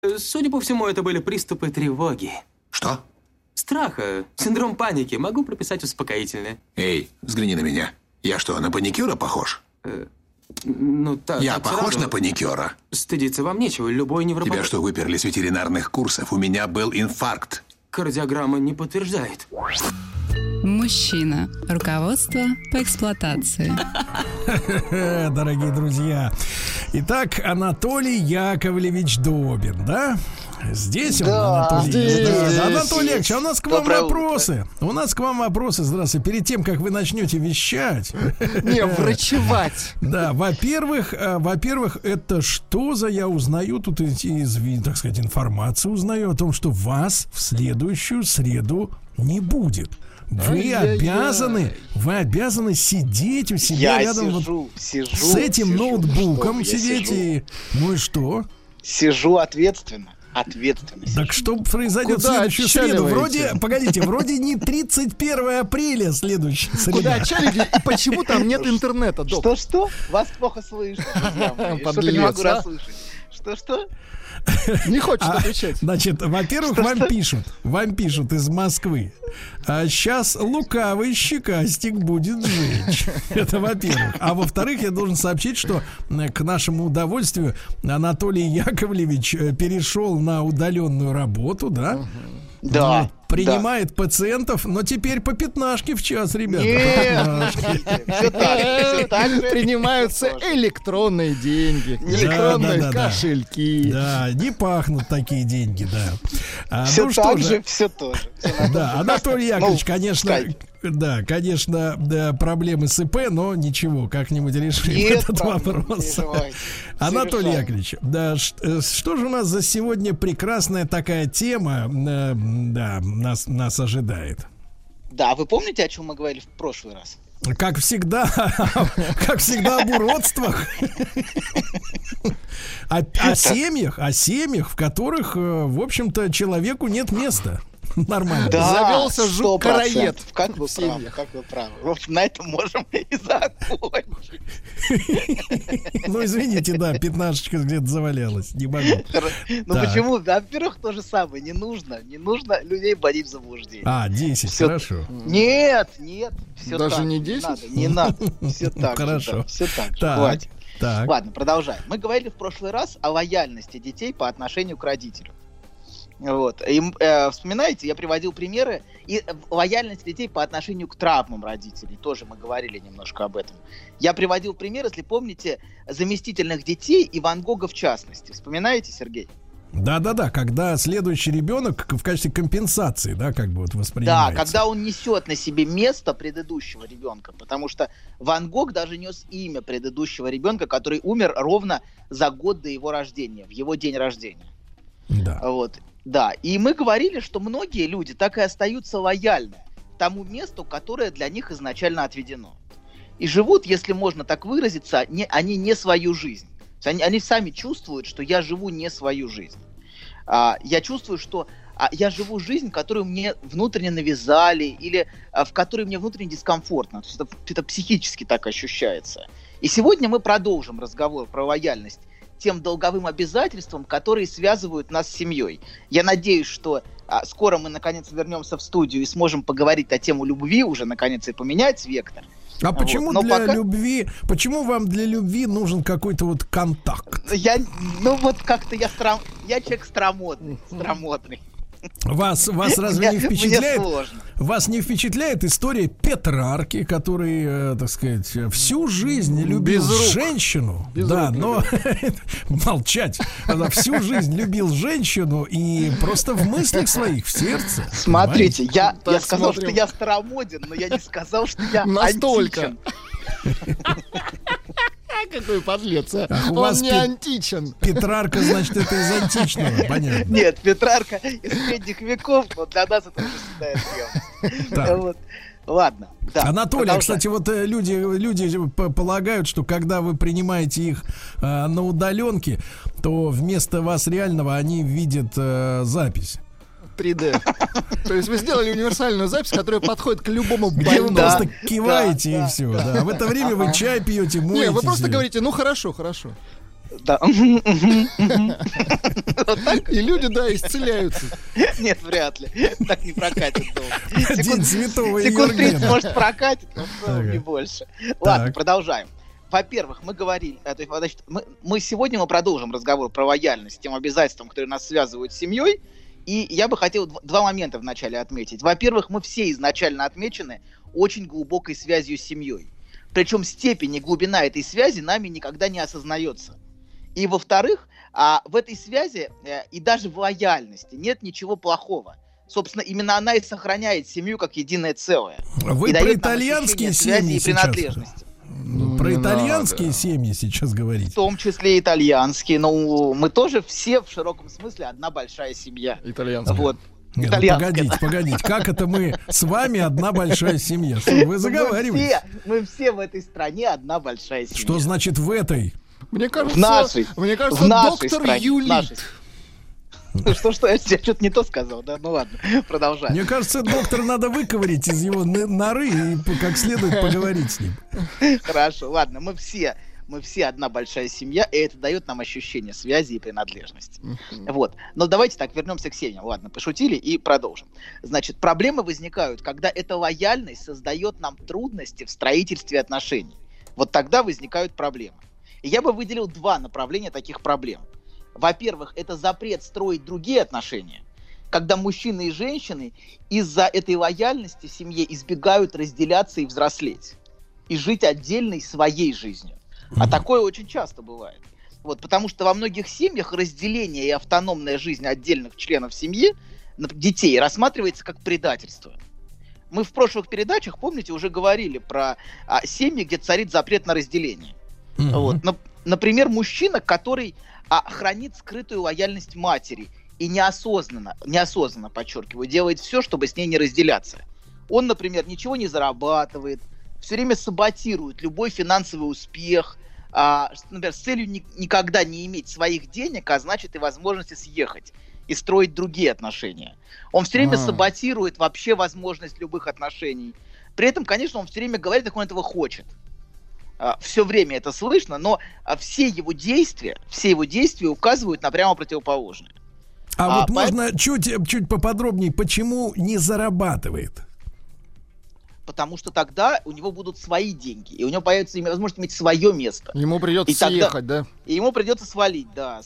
Судя по всему, это были приступы тревоги. Что? Страха, синдром паники. Могу прописать успокоительное. Эй, взгляни на меня. Я что, на паникюра похож? Я похож на паникюра? Стыдиться вам нечего, любой невропатолог... Тебя что, выперли с ветеринарных курсов? У меня был инфаркт. Кардиограмма не подтверждает. Мужчина. Руководство по эксплуатации. Дорогие друзья. Итак, Анатолий Яковлевич Добин, да? Здесь он, Анатолий. Здесь. Анатолий Яковлевич, а у нас к вам вопросы. У нас к вам вопросы. Здравствуйте. Перед тем, как вы начнете вещать. Не, врачевать. Да, во-первых, это что за, я узнаю тут из, так сказать, информации узнаю о том, что вас в следующую среду не будет. Вы обязаны сидеть у себя рядом с этим ноутбуком, сидеть и... Ну и что? Сижу ответственно. Так что произойдет в следующую среду? Вроде не 31 апреля следующая среда. Куда отчалили? И почему там нет интернета, док? Что? Вас плохо слышно. Что-то не могу расслышать. Что? Не хочет отвечать. Значит, во-первых, вам пишут из Москвы. А сейчас лукавый щекастик будет жечь. Это во-первых. А во-вторых, я должен сообщить, что к нашему удовольствию Анатолий Яковлевич перешел на удаленную работу, да? Да. Принимает пациентов, но теперь по 15 в час, ребята. Нет, все так же. Принимаются электронные деньги, электронные кошельки. Да, не пахнут такие деньги, да. Все так же, все тоже. Да, Анатолий Яковлевич, конечно, проблемы с ИП, но ничего, как-нибудь решим этот вопрос. Анатолий Яковлевич, да, что же у нас за сегодня прекрасная такая тема, нас ожидает? Да, вы помните, о чем мы говорили в прошлый раз? Как всегда об уродствах. О семьях, в которых, в общем-то, человеку нет места. Нормально. Да, завелся жук-караед. Как вы правы. В общем, на этом можем и закончить. Ну, извините, да, 15 где-то завалялась. Не могу. Ну, почему? Во-первых, то же самое. Не нужно людей вводить в заблуждение. 10, хорошо. Нет, все так. Даже не 10? Не надо. Все так. Хорошо. Все так. Так. Ладно, продолжаем. Мы говорили в прошлый раз о лояльности детей по отношению к родителю. Вот. И, вспоминаете, я приводил примеры и лояльность детей по отношению к травмам родителей. Тоже мы говорили немножко об этом. Я приводил пример, если помните, заместительных детей и Ван Гога в частности. Вспоминаете, Сергей? Да, когда следующий ребенок в качестве компенсации, да, как бы вот воспринимается. Да, когда он несет на себе место предыдущего ребенка, потому что Ван Гог даже нес имя предыдущего ребенка, который умер ровно за год до его рождения, в его день рождения. Да. Вот. Да, и мы говорили, что многие люди так и остаются лояльны тому месту, которое для них изначально отведено. И живут, если можно так выразиться, они не свою жизнь. Они сами чувствуют, что я живу не свою жизнь. Я чувствую, что я живу жизнь, которую мне внутренне навязали, или в которой мне внутренне дискомфортно. То есть это психически так ощущается. И сегодня мы продолжим разговор про лояльность тем долговым обязательствам, которые связывают нас с семьей. Я надеюсь, что скоро мы наконец вернемся в студию и сможем поговорить о тему любви уже наконец и поменять вектор. А почему любви, почему вам для любви нужен какой-то вот контакт? Я человек стромотный. Вас разве не впечатляет? Вас не впечатляет история Петрарки, который, так сказать, всю жизнь любил женщину? Да, но молчать. Всю жизнь любил женщину и просто в мыслях своих, в сердце. Смотрите, я сказал, что я старомоден, но я не сказал, что я античен. Какой подлец, а? Он не античен. Петрарка, значит, это из античного, понятно. Нет, Петрарка из средних веков, но для нас это уже седая съемка. Ладно. Да, Анатолий, кстати, вот люди полагают, что когда вы принимаете их на удаленке, то вместо вас реального они видят запись. 3D. То есть вы сделали универсальную запись, которая подходит к любому больному. Где вы просто киваете и все. Да. В это время вы чай пьете, моетесь. Не, вы просто говорите, ну хорошо. Да. И люди, да, исцеляются. Нет, вряд ли. Так не прокатит долго. День святого Секунд 30, Йоргена. может, прокатит, но в целом Ага. не больше. Ладно, Так. продолжаем. Во-первых, мы говорили, значит, мы сегодня продолжим разговор про лояльность, тем обязательствам, которые нас связывают с семьей. И я бы хотел два момента вначале отметить. Во-первых, мы все изначально отмечены очень глубокой связью с семьей. Причем степень и глубина этой связи нами никогда не осознается. И во-вторых, в этой связи и даже в лояльности нет ничего плохого. Собственно, именно она и сохраняет семью как единое целое. Вы И про дает нам итальянские ощущение связи семьи и сейчас. принадлежности. Про не итальянские надо. семьи сейчас В говорите. том числе итальянские. Но мы тоже все в широком смысле одна большая семья. Итальянцы. Вот. Нет, ну Итальянская. погодите. Как это мы с вами одна большая семья? Что вы заговариваете? Мы все в этой стране одна большая семья. Что значит в этой? Мне кажется, В нашей доктор стране, в юлит. нашей. Что, я что-то не то сказал, да? Ну ладно, продолжаем. Мне кажется, доктора надо выковырять из его норы и как следует поговорить с ним. Хорошо, ладно, мы все одна большая семья, и это дает нам ощущение связи и принадлежности. Вот. Но давайте так, вернемся к семьям. Ладно, пошутили и продолжим. Значит, проблемы возникают, когда эта лояльность создает нам трудности в строительстве отношений. Вот тогда возникают проблемы. И я бы выделил два направления таких проблем. Во-первых, это запрет строить другие отношения, когда мужчины и женщины из-за этой лояльности в семье избегают разделяться и взрослеть, и жить отдельной своей жизнью. А такое очень часто бывает. Вот, потому что во многих семьях разделение и автономная жизнь отдельных членов семьи, детей, рассматривается как предательство. Мы в прошлых передачах, помните, уже говорили про семьи, где царит запрет на разделение. Вот. Например, мужчина, который хранит скрытую лояльность матери и неосознанно, подчеркиваю, делает все, чтобы с ней не разделяться. Он, например, ничего не зарабатывает, все время саботирует любой финансовый успех, например, с целью никогда не иметь своих денег, а значит и возможности съехать и строить другие отношения. Он все время саботирует вообще возможность любых отношений. При этом, конечно, он все время говорит, как он этого хочет. Все время это слышно, но все его действия указывают на прямо противоположное. Вот можно чуть поподробнее, почему не зарабатывает? Потому что тогда у него будут свои деньги, и у него появится возможность иметь свое место. Ему придется съехать, да? И ему придется свалить, да,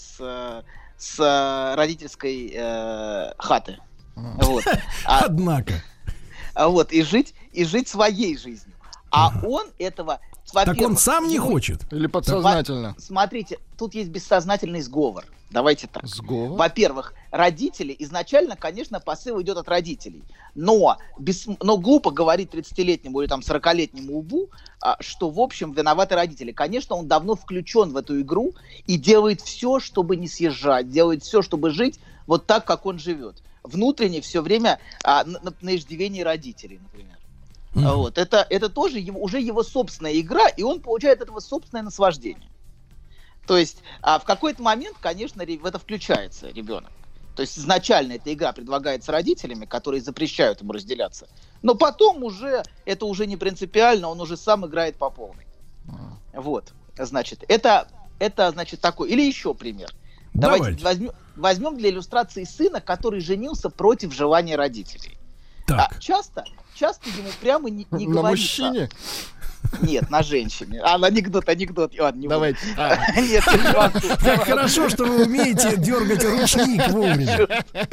с родительской хаты. Вот. Однако. Вот, и жить своей жизнью. Он этого... Так он сам не хочет? Или подсознательно? Смотрите, тут есть бессознательный сговор. Давайте так. Сговор? Во-первых, родители изначально, конечно, посыл идет от родителей. Но глупо говорить 30-летнему или там 40-летнему убу, что, в общем, виноваты родители. Конечно, он давно включен в эту игру и делает все, чтобы не съезжать, делает все, чтобы жить вот так, как он живет. Внутренне все время на иждивении родителей, например. Вот. Это тоже уже его собственная игра, и он получает от этого собственное наслаждение. То есть в какой-то момент, конечно, в это включается ребенок. То есть изначально эта игра предлагается родителями, которые запрещают ему разделяться. Но потом это уже не принципиально, он уже сам играет по полной. Вот. Значит, это значит такой. Или еще пример. Давайте возьмем для иллюстрации сына, который женился против желания родителей. Часто ему прямо не говорится. На мужчине? Нет, на женщине. Анекдот. Ладно, не давайте. Нет, не могу. Как хорошо, что вы умеете дергать ручник вовремя.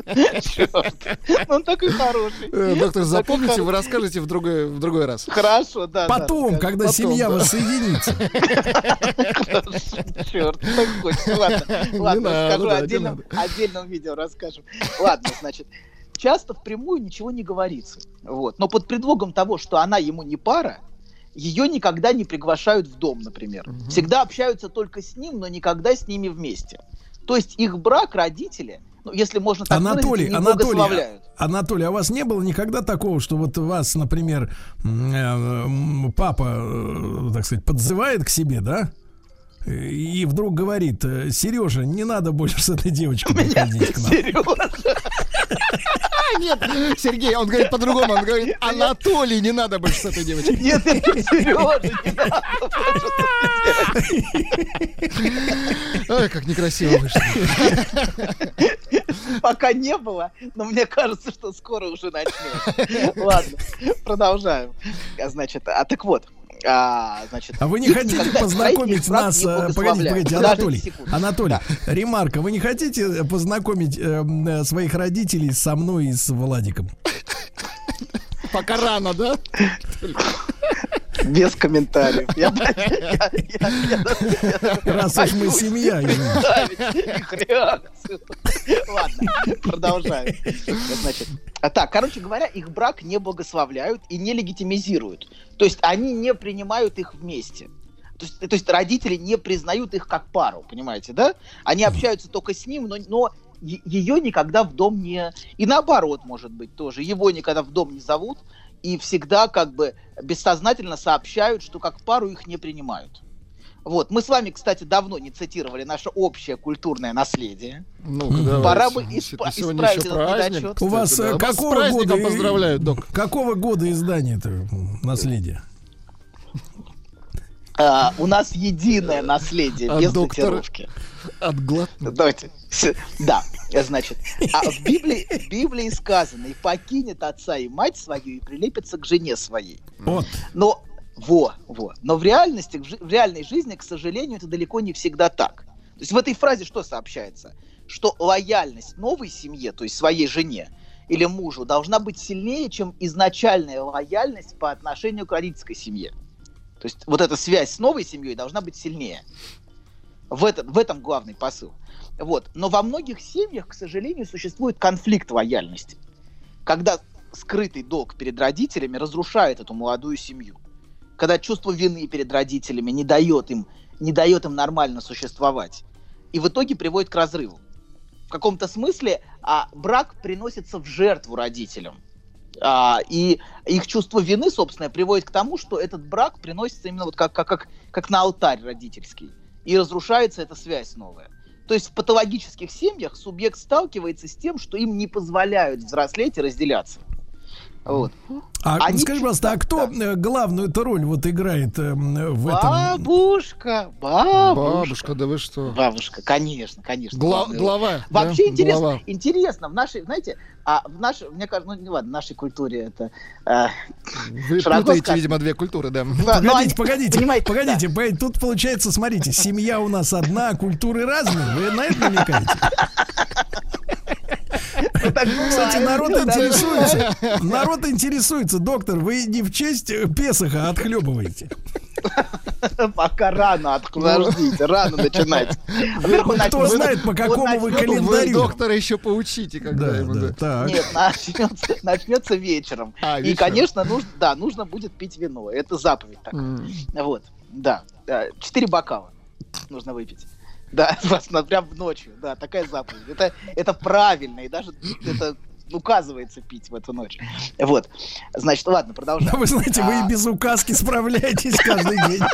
Черт. Он такой хороший. Доктор, запомните, вы расскажете в другой раз. Хорошо, да. Потом, когда семья воссоединится. Черт, так хочется. Ладно, расскажу отдельном видео расскажем. Ладно, значит. Часто впрямую ничего не говорится. Вот. Но под предлогом того, что она ему не пара, ее никогда не приглашают в дом, например. Всегда общаются только с ним, но никогда с ними вместе. То есть их брак родители, если можно так выразиться, не благословляют. Анатолий, а у вас не было никогда такого, что вот вас, например, папа, так сказать, подзывает к себе, да? И вдруг говорит: Сережа, не надо больше с этой девочкой приходить к нам. Сережа. Нет, Сергей, он говорит по-другому. Он говорит: Анатолий, не надо больше с этой девочкой. Нет, Сережа, не надо больше. Ой, как некрасиво вышло. Пока не было, но мне кажется, что скоро уже начнем. Ладно, продолжаем. Значит, так вот. Значит, А вы не хотите познакомить нас... Погодите, Анатолий, ремарка. Вы не хотите познакомить своих родителей со мной и с Владиком? Пока рано, да? Без комментариев. Раз уж мы семья. Их реакцию. Ладно, продолжаем. Значит, короче говоря, их брак не благословляют и не легитимизируют. То есть они не принимают их вместе. То есть родители не признают их как пару, понимаете, да? Они общаются только с ним, но ее никогда в дом не... И наоборот, может быть, тоже. Его никогда в дом не зовут. И всегда как бы бессознательно сообщают, что как пару их не принимают. Вот. Мы с вами, кстати, давно не цитировали наше общее культурное наследие. Пора бы исправить этот недочет. У вас какого года поздравляют, док? Какого года издание это наследие? У нас единое наследие, без датировки. Давайте. Да, значит, в Библии сказано: и покинет отца и мать свою, и прилепится к жене своей. Вот. Но в реальности, в реальной жизни, к сожалению, это далеко не всегда так. То есть в этой фразе что сообщается? Что лояльность новой семье, то есть своей жене или мужу, должна быть сильнее, чем изначальная лояльность по отношению к родительской семье. То есть вот эта связь с новой семьей должна быть сильнее. В этом главный посыл. Вот. Но во многих семьях, к сожалению, существует конфликт лояльности. Когда скрытый долг перед родителями разрушает эту молодую семью. Когда чувство вины перед родителями не дает им нормально существовать. И в итоге приводит к разрыву. В каком-то смысле брак приносится в жертву родителям. И их чувство вины, собственно, приводит к тому, что этот брак приносится именно вот как на алтарь родительский. И разрушается эта связь новая. То есть в патологических семьях субъект сталкивается с тем, что им не позволяют взрослеть и разделяться. Вот. Скажи, пожалуйста, кто главную-то роль вот играет в этом? Бабушка, да вы что? Бабушка, конечно. Глава. Вообще интересно, в нашей, знаете, мне кажется, в нашей культуре это... Вы путаете, видимо, две культуры, да. Погодите, тут получается, смотрите, семья у нас одна, культуры разные, вы на это намекаете? Кстати, народ интересуется, доктор, вы не в честь Песаха отхлебываете? Пока рано подождите, рано начинать. Кто знает, по какому вы календарю. Вы доктора еще поучите, когда ему... Нет, начнется вечером. И, конечно, нужно будет пить вино. Это заповедь такая. Вот, да. 4 бокала нужно выпить. Да, прям ночью, да, такая заповедь. Это правильно, и даже это указывается пить в эту ночь. Вот, значит, ладно, продолжаем. Вы знаете, вы и без указки справляетесь каждый день.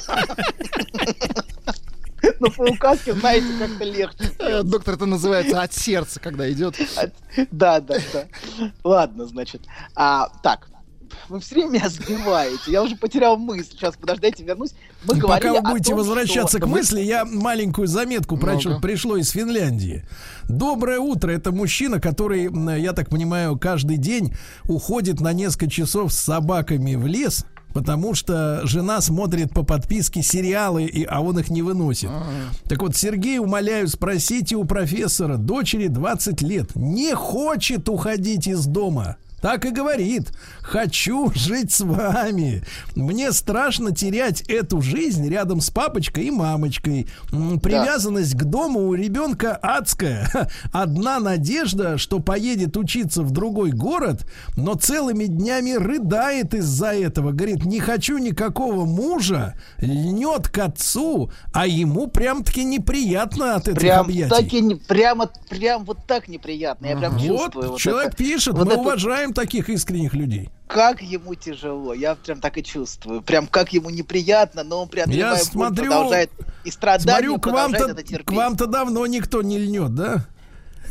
Ну, по указке, знаете, как-то легче. Доктор, это называется от сердца, когда идет. Да. Ладно, значит. Так. Вы все время меня сбиваете. Я уже потерял мысль. Сейчас, подождите, вернусь. Пока вы будете возвращаться к мысли, я маленькую заметку прочел. Пришло из Финляндии. Доброе утро. Это мужчина, который, я так понимаю, каждый день уходит на несколько часов с собаками в лес, потому что жена смотрит по подписке сериалы, а он их не выносит. Так вот, Сергей, умоляю, спросите у профессора. Дочери 20 лет. Не хочет уходить из дома. Так и говорит: хочу жить с вами. Мне страшно терять эту жизнь рядом с папочкой и мамочкой. Привязанность к дому у ребенка адская. Одна надежда, что поедет учиться в другой город, но целыми днями рыдает из-за этого. Говорит: не хочу никакого мужа, льнет к отцу, а ему прям-таки неприятно от этих объятий. Прям вот так неприятно. Я прям чувствую. Вот человек пишет, мы уважаем таких искренних людей. Как ему тяжело, я прям так и чувствую. Прям как ему неприятно, но он преодолевая боль, продолжает и страдания, продолжает это терпеть. К вам-то давно никто не льнет, да?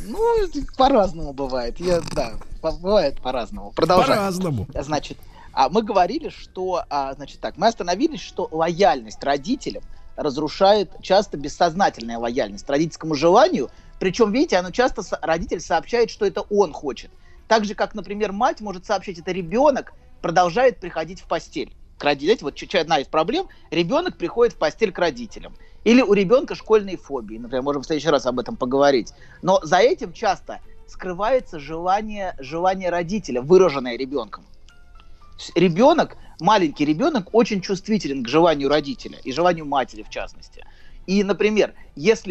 Ну, по-разному бывает. Бывает по-разному. Продолжаем. По-разному. Значит, мы говорили, что, мы остановились, что лояльность родителям разрушает часто бессознательная лояльность родительскому желанию. Причем, видите, родитель сообщает, что это он хочет. Так же, как, например, мать может сообщить, это ребенок продолжает приходить в постель к родителям. Вот одна из проблем. Ребенок приходит в постель к родителям. Или у ребенка школьные фобии. Например, можем в следующий раз об этом поговорить. Но за этим часто скрывается желание родителя, выраженное ребенком. Маленький ребенок очень чувствителен к желанию родителя и желанию матери, в частности. И, например, если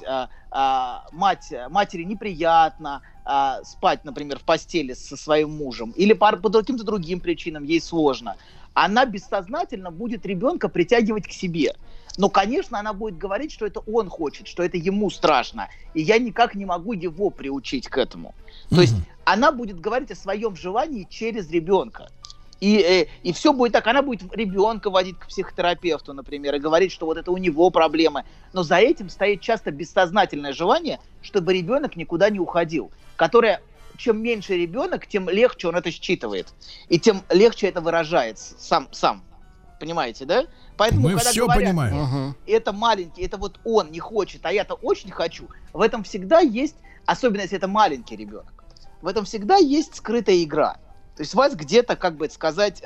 матери неприятно спать, например, в постели со своим мужем, или по каким-то другим причинам ей сложно, она бессознательно будет ребенка притягивать к себе. Но, конечно, она будет говорить, что это он хочет, что это ему страшно, и я никак не могу его приучить к этому. То есть она будет говорить о своем желании через ребенка. И все будет так, она будет ребенка водить к психотерапевту, например, и говорить, что вот это у него проблемы. Но за этим стоит часто бессознательное желание, чтобы ребенок никуда не уходил, которое, чем меньше ребенок, тем легче он это считывает, и тем легче это выражается сам. Понимаете, да? Поэтому, мы когда все говорят, понимаем. Это маленький, это вот он не хочет, а я-то очень хочу, в этом всегда есть, особенно если это маленький ребенок, в этом всегда есть скрытая игра. То есть вас где-то, как бы сказать,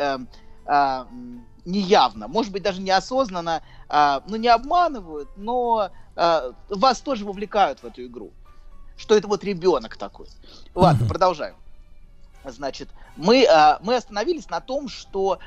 неявно, может быть, даже неосознанно, не обманывают, но вас тоже вовлекают в эту игру. Что это вот ребенок такой. Ладно, продолжаем. Значит, мы остановились на том, что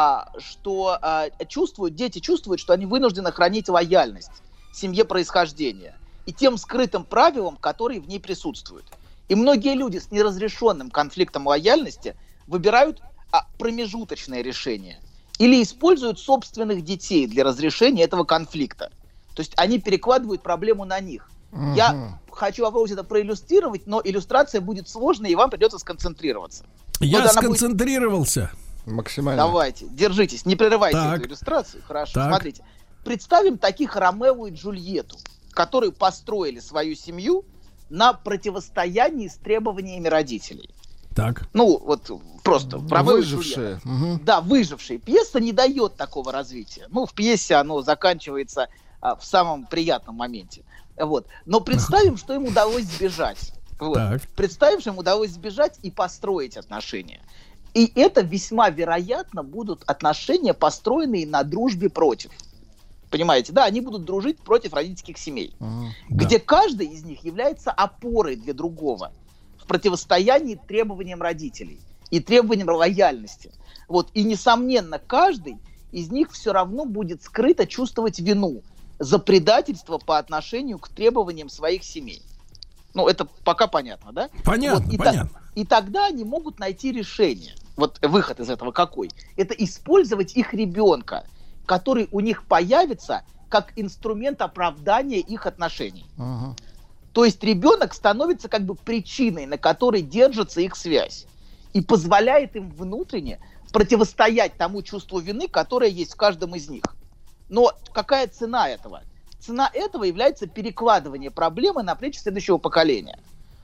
дети чувствуют, что они вынуждены хранить лояльность семье происхождения и тем скрытым правилам, которые в ней присутствуют. И многие люди с неразрешенным конфликтом лояльности выбирают промежуточное решение или используют собственных детей для разрешения этого конфликта. То есть они перекладывают проблему на них. Я хочу попробовать это проиллюстрировать, но иллюстрация будет сложной, и вам придется сконцентрироваться. Я сконцентрировался. Максимально. Давайте, держитесь, не прерывайте эту иллюстрацию. Хорошо, смотрите. Представим таких Ромео и Джульетту, которые построили свою семью на противостоянии с требованиями родителей. Так. Просто выжившие. Да, выжившие. Пьеса не дает такого развития. В пьесе оно заканчивается в самом приятном моменте. Но представим, что им удалось сбежать. Представим, что им удалось сбежать и построить отношения. И это весьма вероятно будут отношения, построенные на дружбе против. Понимаете, да, они будут дружить против родительских семей, где каждый из них является опорой для другого в противостоянии требованиям родителей и требованиям лояльности. И, несомненно, каждый из них все равно будет скрыто чувствовать вину за предательство по отношению к требованиям своих семей. Это пока понятно, да? Понятно. И тогда они могут найти решение. Выход из этого какой? Это использовать их ребенка, который у них появится как инструмент оправдания их отношений. То есть ребенок становится как бы причиной, на которой держится их связь, и позволяет им внутренне противостоять тому чувству вины, которое есть в каждом из них. Но какая цена этого? Цена этого является перекладывание проблемы на плечи следующего поколения.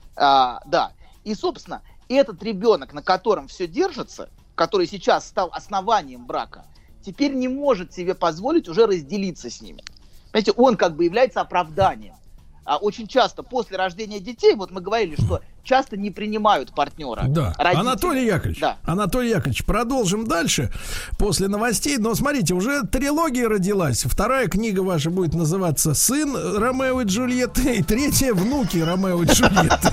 И, собственно, этот ребенок, на котором все держится, который сейчас стал основанием брака, теперь не может себе позволить уже разделиться с ними. Понимаете, он как бы является оправданием. Очень часто после рождения детей, мы говорили, что часто не принимают партнера. Да. Анатолий Яковлевич, продолжим дальше после новостей. Но смотрите, уже трилогия родилась. Вторая книга ваша будет называться «Сын Ромео и Джульетты», и третья «Внуки Ромео и Джульетты».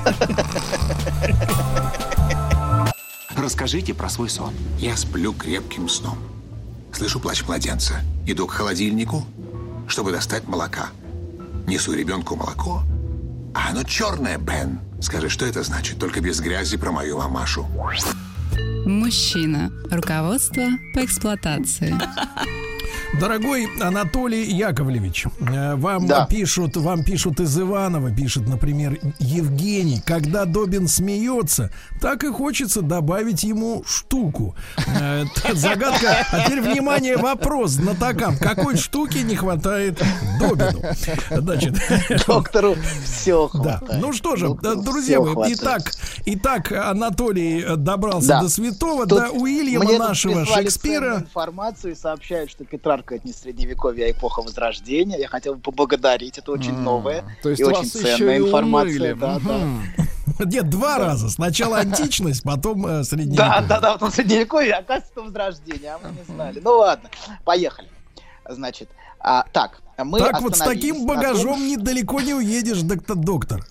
Расскажите про свой сон. Я сплю крепким сном. Слышу плач младенца. Иду к холодильнику, чтобы достать молока. Несу ребенку молоко, а оно черное, Бен. Скажи, что это значит? Только без грязи про мою мамашу. Мужчина. Руководство по эксплуатации. Дорогой Анатолий Яковлевич, вам пишут из Иванова, пишет, например, Евгений, когда Добин смеется, так и хочется добавить ему штуку. Загадка. А теперь, внимание, вопрос знатокам. Какой штуки не хватает Добину? Значит, доктору все хватает. Да. Ну что же, друзья мои, итак, Анатолий добрался до святого, до Уильяма нашего Шекспира. Информацию сообщают, что Петрарка это не средневековье, а эпоха Возрождения. Я хотел бы поблагодарить. Это очень новая и очень ценная информация. Нет, 2 раза. Сначала античность, потом средневековье. Да, потом средневековье, оказывается, Возрождение. А мы не знали. Ну ладно, поехали. Значит, так, мы так вот с таким багажом недалеко не уедешь, доктор.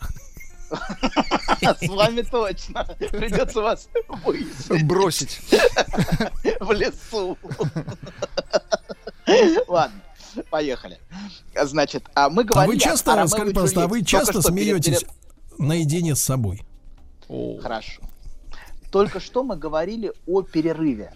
С вами точно. Придется вас бросить в лесу. Ладно, поехали. Значит, мы говорили... вы часто, скажите, просто, вы часто смеетесь наедине с собой? Хорошо. Только что мы говорили о перерыве.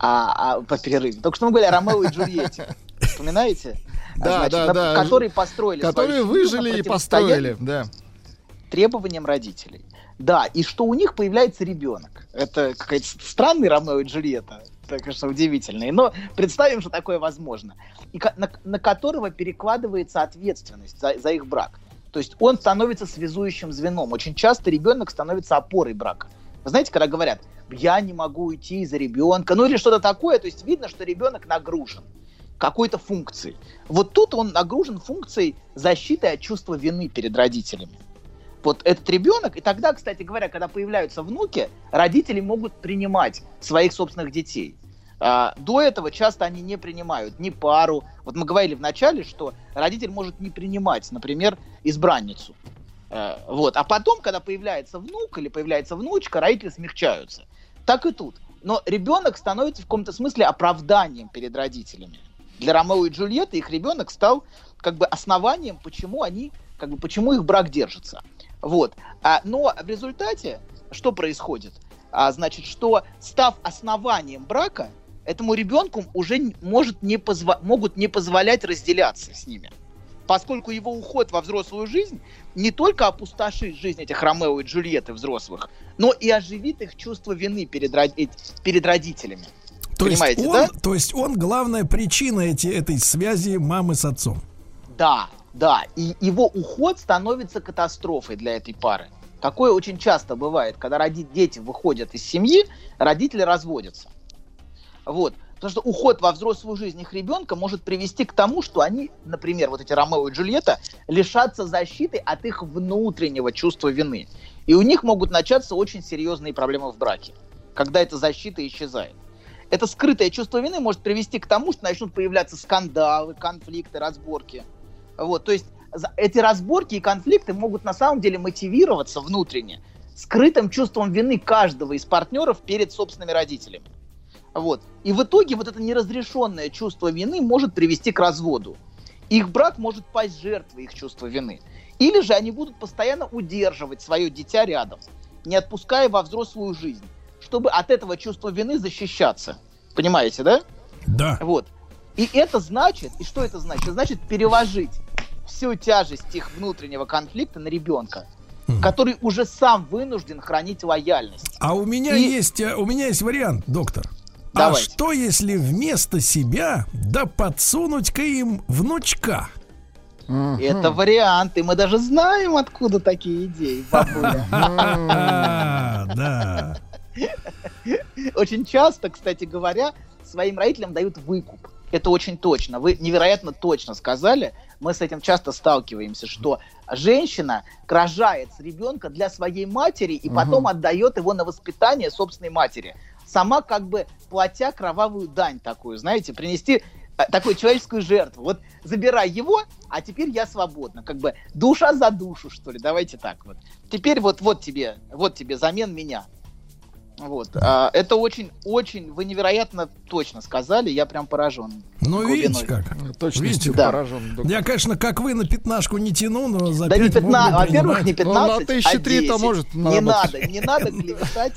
По перерыве. Только что мы говорили о Ромео и Джульетте. Вспоминаете? Да. Которые построили которые выжили и построили, да. Требованиям родителей. Да, и что у них появляется ребенок. Это какой-то странный Ромео и Джульетта. Это, конечно, удивительно. Но представим, что такое возможно. И на которого перекладывается ответственность за их брак. То есть он становится связующим звеном. Очень часто ребенок становится опорой брака. Вы знаете, когда говорят, я не могу уйти из-за ребенка, ну или что-то такое, то есть видно, что ребенок нагружен какой-то функцией. Вот тут он нагружен функцией защиты от чувства вины перед родителями. Вот этот ребенок, и тогда, кстати говоря, когда появляются внуки, родители могут принимать своих собственных детей. До этого часто они не принимают ни пару. Вот мы говорили в начале, что родитель может не принимать, например, избранницу. Вот. А потом, когда появляется внук или появляется внучка, родители смягчаются. Так и тут. Но ребенок становится в каком-то смысле оправданием перед родителями. Для Ромео и Джульетты их ребенок стал как бы основанием, почему их брак держится. Вот. Но в результате что происходит? Значит, что став основанием брака, этому ребенку уже могут не позволять разделяться с ними. Поскольку его уход во взрослую жизнь не только опустошит жизнь этих Ромео и Джульетты взрослых, но и оживит их чувство вины перед родителями. Понимаете, да? То есть он главная причина этой связи мамы с отцом. Да. И его уход становится катастрофой для этой пары. Такое очень часто бывает, когда дети выходят из семьи, родители разводятся. Вот. Потому что уход во взрослую жизнь их ребенка может привести к тому, что они, например, вот эти Ромео и Джульетта, лишатся защиты от их внутреннего чувства вины. И у них могут начаться очень серьезные проблемы в браке, когда эта защита исчезает. Это скрытое чувство вины может привести к тому, что начнут появляться скандалы, конфликты, разборки. Вот. То есть эти разборки и конфликты могут на самом деле мотивироваться внутренне скрытым чувством вины каждого из партнеров перед собственными родителями. Вот. И в итоге вот это неразрешенное чувство вины может привести к разводу. Их брак может пасть жертвой их чувства вины. Или же они будут постоянно удерживать свое дитя рядом, не отпуская во взрослую жизнь, чтобы от этого чувства вины защищаться. Понимаете, да? Да. Вот. И это значит, и что это значит? Это значит переложить всю тяжесть их внутреннего конфликта на ребенка, который уже сам вынужден хранить лояльность. А у меня есть вариант, доктор. Давайте. А что, если вместо себя подсунуть-ка им внучка? Это вариант, и мы даже знаем, откуда такие идеи, бабуля. Да. Очень часто, кстати говоря, своим родителям дают выкуп. Это очень точно. Вы невероятно точно сказали. Мы с этим часто сталкиваемся, что женщина рожает ребенка для своей матери и потом отдает его на воспитание собственной матери. Сама как бы платя кровавую дань такую, знаете, принести такую человеческую жертву. Вот забирай его, а теперь я свободна. Как бы душа за душу, что ли. Давайте так вот. Теперь вот тебе взамен меня. Вот. Это очень, вы невероятно точно сказали, я прям поражен. Ну, видите как? Точностью поражен. Да. Я, конечно, как вы, на пятнашку не тяну, но за 5 во-первых, не 15, на 1003-то а 10. может Не надо клеветать на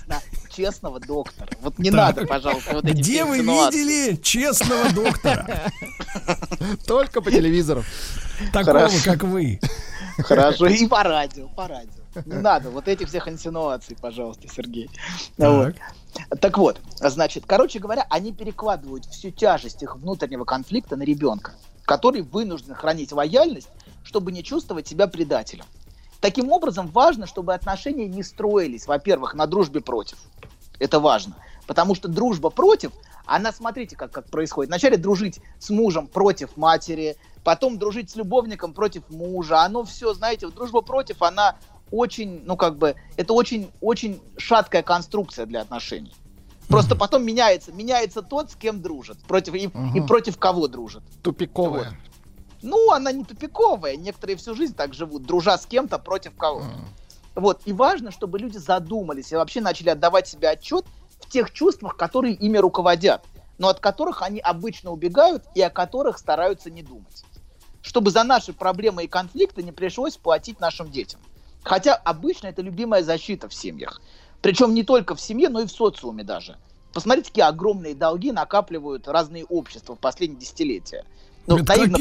честного доктора. Вот не надо, пожалуйста, вот эти Где все вы инсинуации. видели честного доктора? Только по телевизору. Такого, Хорошо. как вы. Хорошо, и по радио. Не надо вот этих всех инсинуаций, пожалуйста, Сергей. Так. Так вот, значит, короче говоря, они перекладывают всю тяжесть их внутреннего конфликта на ребенка, который вынужден хранить лояльность, чтобы не чувствовать себя предателем. Таким образом, важно, чтобы отношения не строились, во-первых, на дружбе против. Это важно. Потому что дружба против, она, смотрите, как происходит. Вначале дружить с мужем против матери, потом дружить с любовником против мужа. Оно все, знаете, вот дружба против, она очень, это очень шаткая конструкция для отношений. Просто потом меняется тот, с кем дружит, и против кого дружит. Тупиковая. Вот. Ну, она не тупиковая. Некоторые всю жизнь так живут, дружа с кем-то против кого-то. Вот. И важно, чтобы люди задумались и вообще начали отдавать себе отчет в тех чувствах, которые ими руководят, но от которых они обычно убегают и о которых стараются не думать. Чтобы за наши проблемы и конфликты не пришлось платить нашим детям. Хотя обычно это любимая защита в семьях. Причем не только в семье, но и в социуме даже. Посмотрите, какие огромные долги накапливают разные общества в последние десятилетия. Но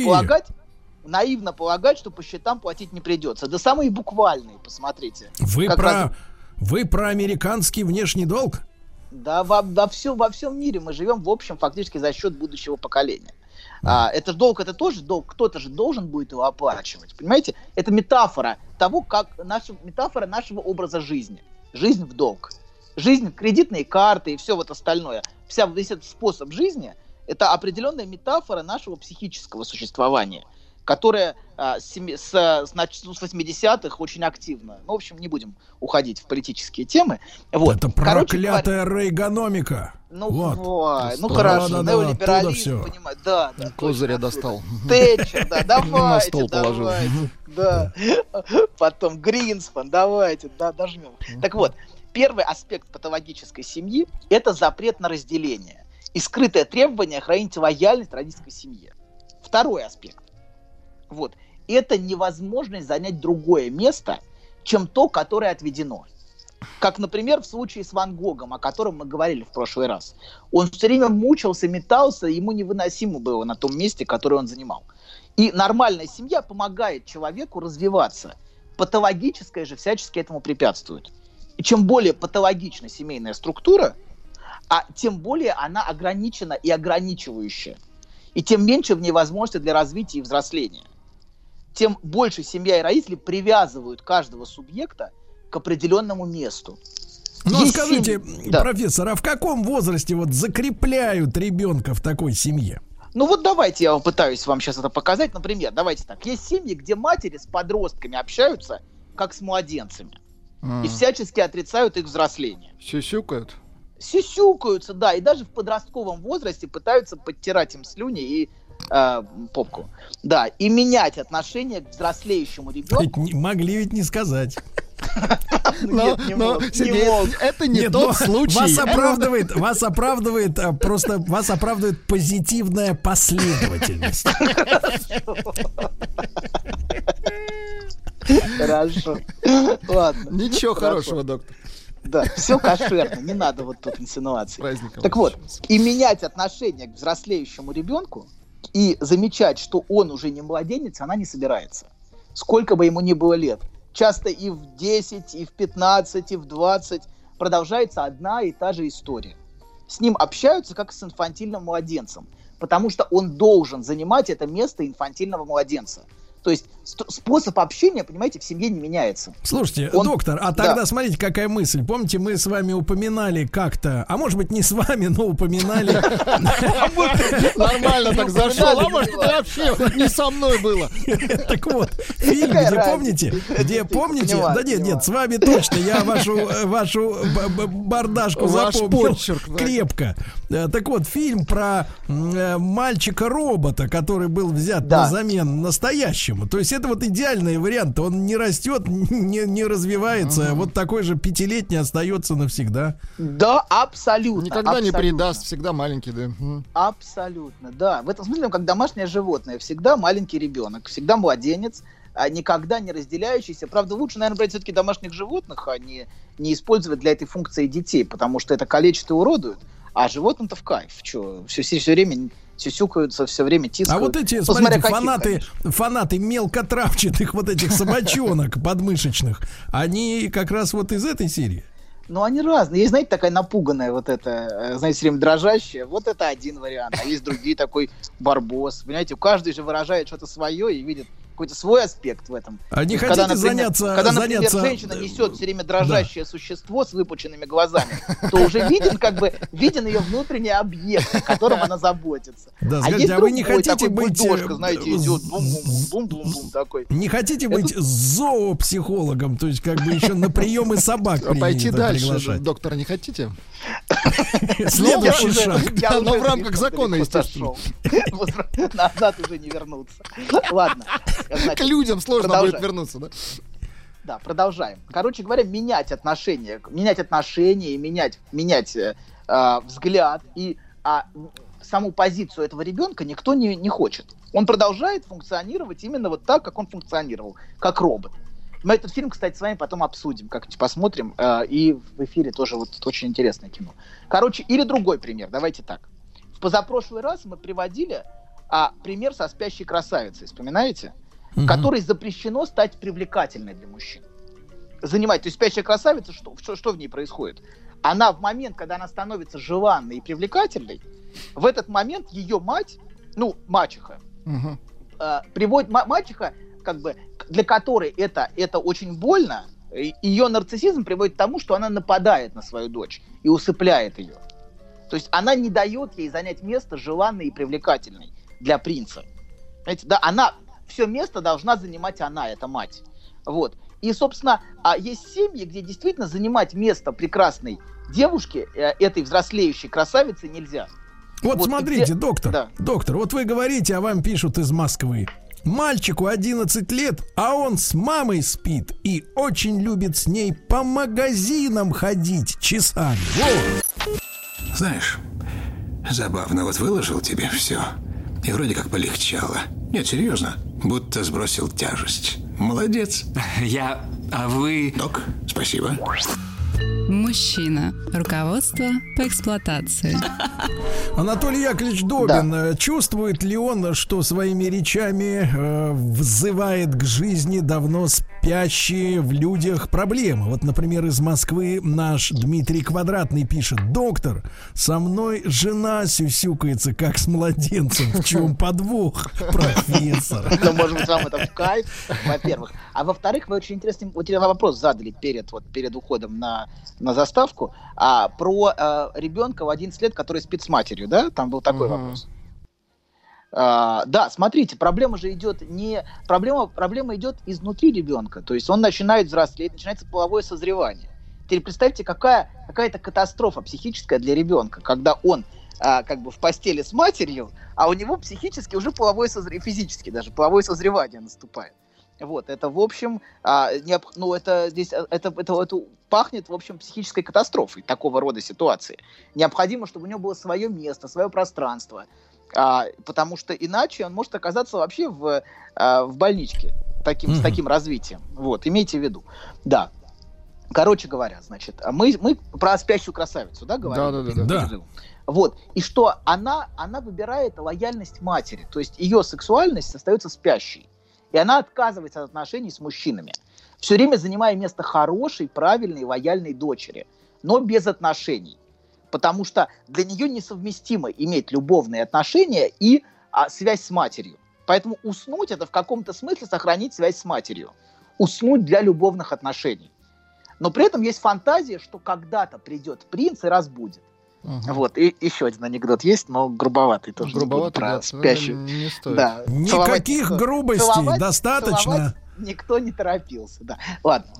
наивно полагать, что по счетам платить не придется. Да самые буквальные, посмотрите. Вы про американский внешний долг? Да, во всем мире мы живем, в общем, фактически за счет будущего поколения. Это долг, это тоже долг, кто-то же должен будет его оплачивать. Понимаете? Это метафора того, метафора нашего образа жизни. Жизнь в долг. Жизнь, кредитные карты и все вот остальное. Весь этот способ жизни – это определенная метафора нашего психического существования, которая с 80-х очень активна. Ну, в общем, не будем уходить в политические темы. Вот. Это проклятая рейгономика. Хорошо, неолиберализм, понимаете. Да, Козыря достал. Тэтчер, да, давайте. На стол положил. Да. Потом Гринспан, давайте, дожмем. Так вот, первый аспект патологической семьи – это запрет на разделение и скрытое требование хранить лояльность родительской семье. Второй аспект. Вот. Это невозможность занять другое место, чем то, которое отведено. Как, например, в случае с Ван Гогом, о котором мы говорили в прошлый раз. Он все время мучился, метался, ему невыносимо было на том месте, которое он занимал. И нормальная семья помогает человеку развиваться. Патологическая же всячески этому препятствует. И чем более патологична семейная структура, тем более она ограничена и ограничивающая. И тем меньше в ней возможности для развития и взросления. Тем больше семья и родители привязывают каждого субъекта к определенному месту. Ну, скажите, профессор, а в каком возрасте закрепляют ребенка в такой семье? Ну вот давайте я попытаюсь вам сейчас это показать. Например, давайте так. Есть семьи, где матери с подростками общаются как с младенцами. И всячески отрицают их взросление. Сюсюкают? Сюсюкаются, да. И даже в подростковом возрасте пытаются подтирать им слюни и попку. Да. И менять отношение к взрослеющему ребенку. Могли ведь не сказать. Но, Сергей, это не тот случай. Вас оправдывает позитивная последовательность. Хорошо. Ладно. Ничего хорошего, доктор. Да, все кошерно, не надо вот тут инсинуаций. Праздником. Так вот, и менять отношение к взрослеющему ребенку и замечать, что он уже не младенец, она не собирается. Сколько бы ему ни было лет. Часто и в 10, и в 15, и в 20 продолжается одна и та же история. С ним общаются как с инфантильным младенцем, потому что он должен занимать это место инфантильного младенца. То есть способ общения, понимаете, в семье не меняется. Слушайте, доктор, а тогда смотрите, какая мысль. Помните, мы с вами упоминали как-то, а может быть не с вами, но упоминали. Нормально так зашел, а может это вообще не со мной было. Так вот, фильм, где помните, да нет, с вами точно, я вашу бардашку запомнил крепко. Так вот, фильм про мальчика-робота, который был взят на замену настоящему. То есть это идеальный вариант. Он не растет, не развивается. Вот такой же 5-летний остается навсегда. Да, абсолютно. Никогда не предаст, всегда маленький, да. Абсолютно, да. В этом смысле, как домашнее животное, всегда маленький ребенок, всегда младенец, никогда не разделяющиеся. Правда, лучше, наверное, брать все-таки домашних животных, а не использовать для этой функции детей, потому что это калечит и уродует. А животным-то в кайф. Че, все время сюсюкаются, все время тискают. А вот эти, смотрите, фанаты мелкотравчатых вот этих собачонок подмышечных, они как раз вот из этой серии. Ну, они разные. Есть, знаете, такая напуганная вот эта, знаете, все время дрожащая. Вот это один вариант. А есть другие, такой барбос. Понимаете, каждый же выражает что-то свое и видит какой-то свой аспект в этом. А не хотите заняться... Когда, например, женщина несет все время дрожащее существо с выпученными глазами, то уже виден ее внутренний объект, о котором она заботится. Да, скажите, а вы не хотите быть... бульдожка, знаете, идет бум-бум-бум-бум такой. Не хотите быть зоопсихологом, то есть как бы еще на приемы собак пойти дальше, доктор, не хотите? Следующий шаг. Но в рамках закона, естественно. Назад уже не вернуться. Ладно. К людям сложно будет вернуться, да? Да, продолжаем. Короче говоря, менять отношения и менять взгляд и саму позицию этого ребенка никто не хочет. Он продолжает функционировать именно вот так, как он функционировал, как робот. Мы этот фильм, кстати, с вами потом обсудим, как-нибудь посмотрим, и в эфире тоже вот очень интересное кино. Короче, или другой пример, давайте так. В позапрошлый раз мы приводили пример со спящей красавицей, вспоминаете? Которой запрещено стать привлекательной для мужчин. То есть спящая красавица, что в ней происходит? Она в момент, когда она становится желанной и привлекательной, в этот момент ее мать, мачеха, приводит мачеха, как бы, для которой это очень больно, ее нарциссизм приводит к тому, что она нападает на свою дочь и усыпляет ее. То есть она не дает ей занять место желанной и привлекательной для принца. Знаете, да, все место должна занимать она, эта мать. Вот. И, собственно, есть семьи, где действительно занимать место прекрасной девушки, этой взрослеющей красавицы, нельзя. Вот смотрите, доктор, вот вы говорите, а вам пишут из Москвы. Мальчику 11 лет, а он с мамой спит и очень любит с ней по магазинам ходить часами. Вот. Знаешь, забавно, вот выложил тебе все, и вроде как полегчало. Нет, серьезно, будто сбросил тяжесть. Молодец. А вы... Док, спасибо. Мужчина. Руководство по эксплуатации. Анатолий Яковлевич Добин, чувствует ли он, что своими речами взывает к жизни давно спящие в людях проблемы? Вот, например, из Москвы наш Дмитрий Квадратный пишет: доктор, со мной жена сюсюкается, как с младенцем. В чем подвох, профессор? Ну, может быть, вам это в кайф, во-первых. А во-вторых, вы очень интересный вопрос задали перед уходом на заставку, про ребенка в 11 лет, который спит с матерью, да? Там был такой вопрос. Да, смотрите, проблема же идет проблема идет изнутри ребенка, то есть он начинает взрослеть, начинается половое созревание. Теперь представьте, какая-то катастрофа психическая для ребенка, когда он как бы в постели с матерью, а у него психически уже физически даже половое созревание наступает. Вот, это, в общем, это пахнет, в общем, психической катастрофой такого рода ситуации. Необходимо, чтобы у него было свое место, свое пространство, потому что иначе он может оказаться вообще в больничке с таким развитием. Вот, имейте в виду. Да. Короче говоря, значит, мы про спящую красавицу, да, говорим? Да. Вот, и что она выбирает лояльность матери, то есть ее сексуальность остается спящей. И она отказывается от отношений с мужчинами, все время занимая место хорошей, правильной, лояльной дочери, но без отношений. Потому что для нее несовместимо иметь любовные отношения и связь с матерью. Поэтому уснуть — это в каком-то смысле сохранить связь с матерью. Уснуть для любовных отношений. Но при этом есть фантазия, что когда-то придет принц и разбудит. Вот, и еще один анекдот есть, но грубоватый тоже. Грубоватый, про спящую. Не стоит. Да. Никаких грубостей, достаточно. Никто не торопился, да. Ладно,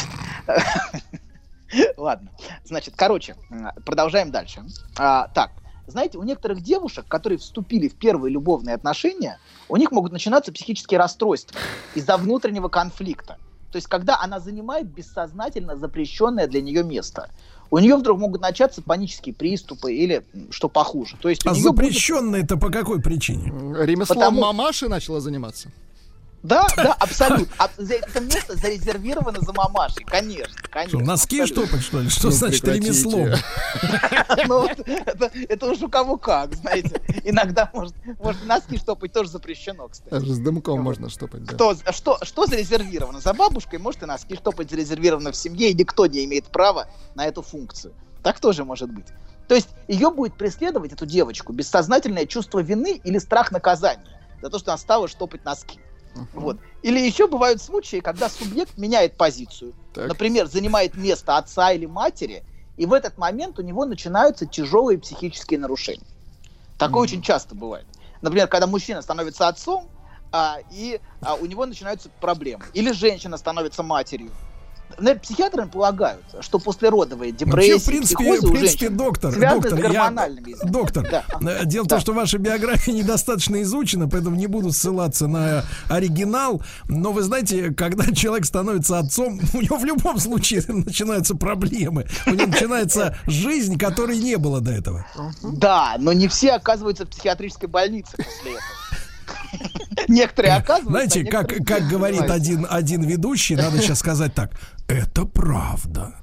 значит, короче, продолжаем дальше. Так, знаете, у некоторых девушек, которые вступили в первые любовные отношения, у них могут начинаться психические расстройства из-за внутреннего конфликта. То есть, когда она занимает бессознательно запрещенное для нее место. У нее вдруг могут начаться панические приступы или что похуже. То есть, запрещенное-то по какой причине? Ремеслом мамаши начала заниматься? Да, абсолютно. Это место зарезервировано за мамашей, конечно. Что, носки абсолютно. штопать, что ли? Что Ну, значит прекратите. ремеслом? Ну, это уж у кого как, знаете. Иногда, может, носки штопать тоже запрещено, кстати. Даже с дымком можно штопать, да. Что зарезервировано? За бабушкой может и носки штопать зарезервировано в семье, и никто не имеет права на эту функцию. Так тоже может быть. То есть ее будет преследовать, эту девочку, бессознательное чувство вины или страх наказания за то, что она стала штопать носки. Вот. Или еще бывают случаи, когда субъект меняет позицию. Так. Например, занимает место отца или матери, и в этот момент у него начинаются тяжелые психические нарушения. Такое очень часто бывает. Например, когда мужчина становится отцом, у него начинаются проблемы. Или женщина становится матерью. Психиатры полагают, что послеродовые депрессии, Вообще, в психозы у принципе, женщин доктор, связаны с гормональными доктор, дело в том, что ваша биография недостаточно изучена, поэтому не буду ссылаться на оригинал, но вы знаете, когда человек становится отцом, у него в любом случае начинаются проблемы, у него начинается жизнь, которой не было до этого. Да, но не все оказываются в психиатрической больнице после этого. Некоторые оказываются. Знаете, как говорит один ведущий, надо сейчас сказать так: это правда.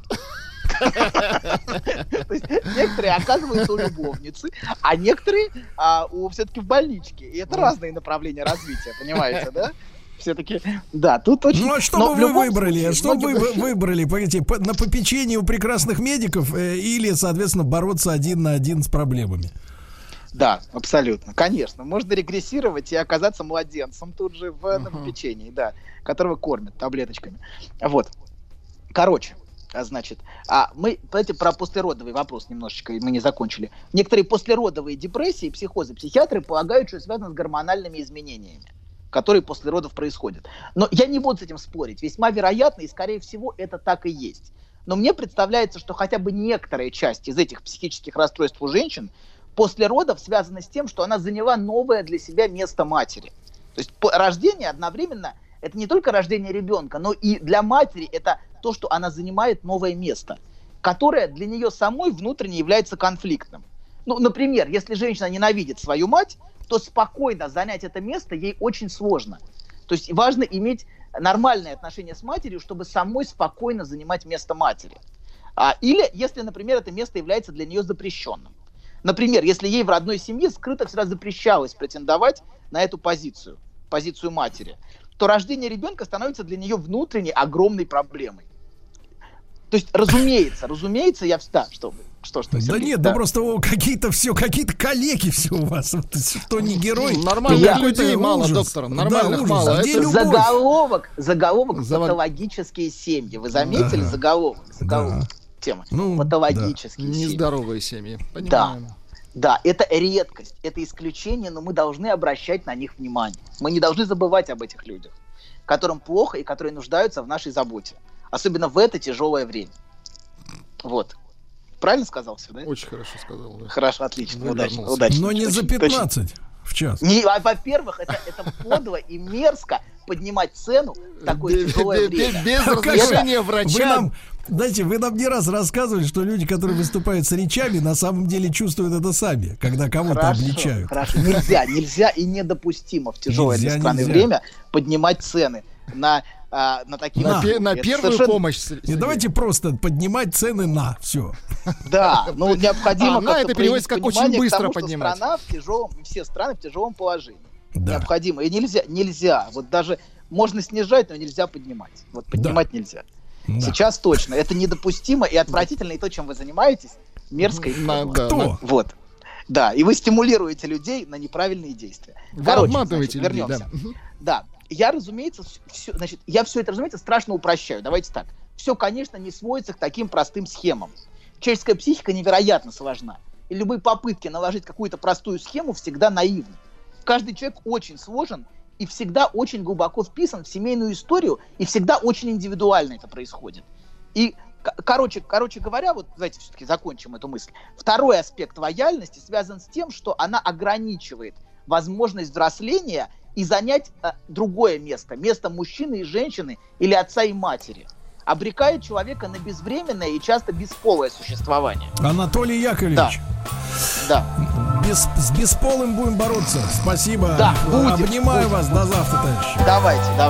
То есть некоторые оказываются у любовницы, а некоторые все-таки в больничке. И это разные направления развития, понимаете, да? Все-таки, да, тут очень... Ну, а что бы вы выбрали? Что бы вы выбрали, погодите, на попечении у прекрасных медиков или, соответственно, бороться один на один с проблемами? Да, абсолютно, конечно. Можно регрессировать и оказаться младенцем тут же на попечении, да, которого кормят таблеточками. Вот. Короче, значит, мы, знаете, про послеродовый вопрос немножечко мы не закончили. Некоторые послеродовые депрессии, психозы, психиатры полагают, что связаны с гормональными изменениями, которые после родов происходят. Но я не буду с этим спорить. Весьма вероятно, и скорее всего это так и есть. Но мне представляется, что хотя бы некоторая часть из этих психических расстройств у женщин после родов связано с тем, что она заняла новое для себя место матери. То есть рождение одновременно – это не только рождение ребенка, но и для матери это то, что она занимает новое место, которое для нее самой внутренне является конфликтным. Ну, например, если женщина ненавидит свою мать, то спокойно занять это место ей очень сложно. То есть важно иметь нормальные отношения с матерью, чтобы самой спокойно занимать место матери. Или если, например, это место является для нее запрещенным. Например, если ей в родной семье скрыто всегда запрещалось претендовать на эту позицию матери, то рождение ребенка становится для нее внутренней огромной проблемой. То есть, разумеется, я встал, что Да Сергей, нет, да просто какие-то калеки все у вас. Кто не герой. Нормальных людей мало, доктор. Нормальных мало. Где любовь? Заголовок «Патологические семьи». Вы заметили заголовок? Тема. Патологические семьи. Нездоровые семьи. Понимаем. Да, это редкость, это исключение, но мы должны обращать на них внимание. Мы не должны забывать об этих людях, которым плохо и которые нуждаются в нашей заботе. Особенно в это тяжелое время. Вот. Правильно сказал все, да? Очень хорошо сказал. Да. Хорошо, отлично, удачно. Но не за 15 в час. Во-первых, это подло и мерзко поднимать цену в такое тяжелое время. Без разрешения врача. Вы нам не раз рассказывали, что люди, которые выступают с речами, на самом деле чувствуют это сами, когда кого-то обличают. Хорошо, нельзя и недопустимо в тяжелое для страны время поднимать цены на такие... На первую помощь. Давайте просто поднимать цены на все. Да, необходимо это переводится как очень быстро поднимать. Все страны в тяжелом положении. Необходимо. И нельзя. Вот даже можно снижать, но нельзя поднимать. Вот поднимать нельзя. Сейчас точно. Это недопустимо и отвратительно. И то, чем вы занимаетесь, мерзко и Кто? Вот. Да, и вы стимулируете людей на неправильные действия. Обманываете людей, вернемся. Да. Я, разумеется, все это, разумеется, страшно упрощаю. Давайте так. Все, конечно, не сводится к таким простым схемам. Человеческая психика невероятно сложна. И любые попытки наложить какую-то простую схему всегда наивны. Каждый человек очень сложен и всегда очень глубоко вписан в семейную историю, и всегда очень индивидуально это происходит. И, короче говоря, вот давайте все-таки закончим эту мысль. Второй аспект лояльности связан с тем, что она ограничивает возможность взросления и занять другое место мужчины и женщины или отца и матери. Обрекает человека на безвременное и часто бесполое существование. Анатолий Яковлевич. Да. с бесполым будем бороться. Спасибо. Да, будем, Обнимаю будем. вас. До завтра, товарищи. Давайте.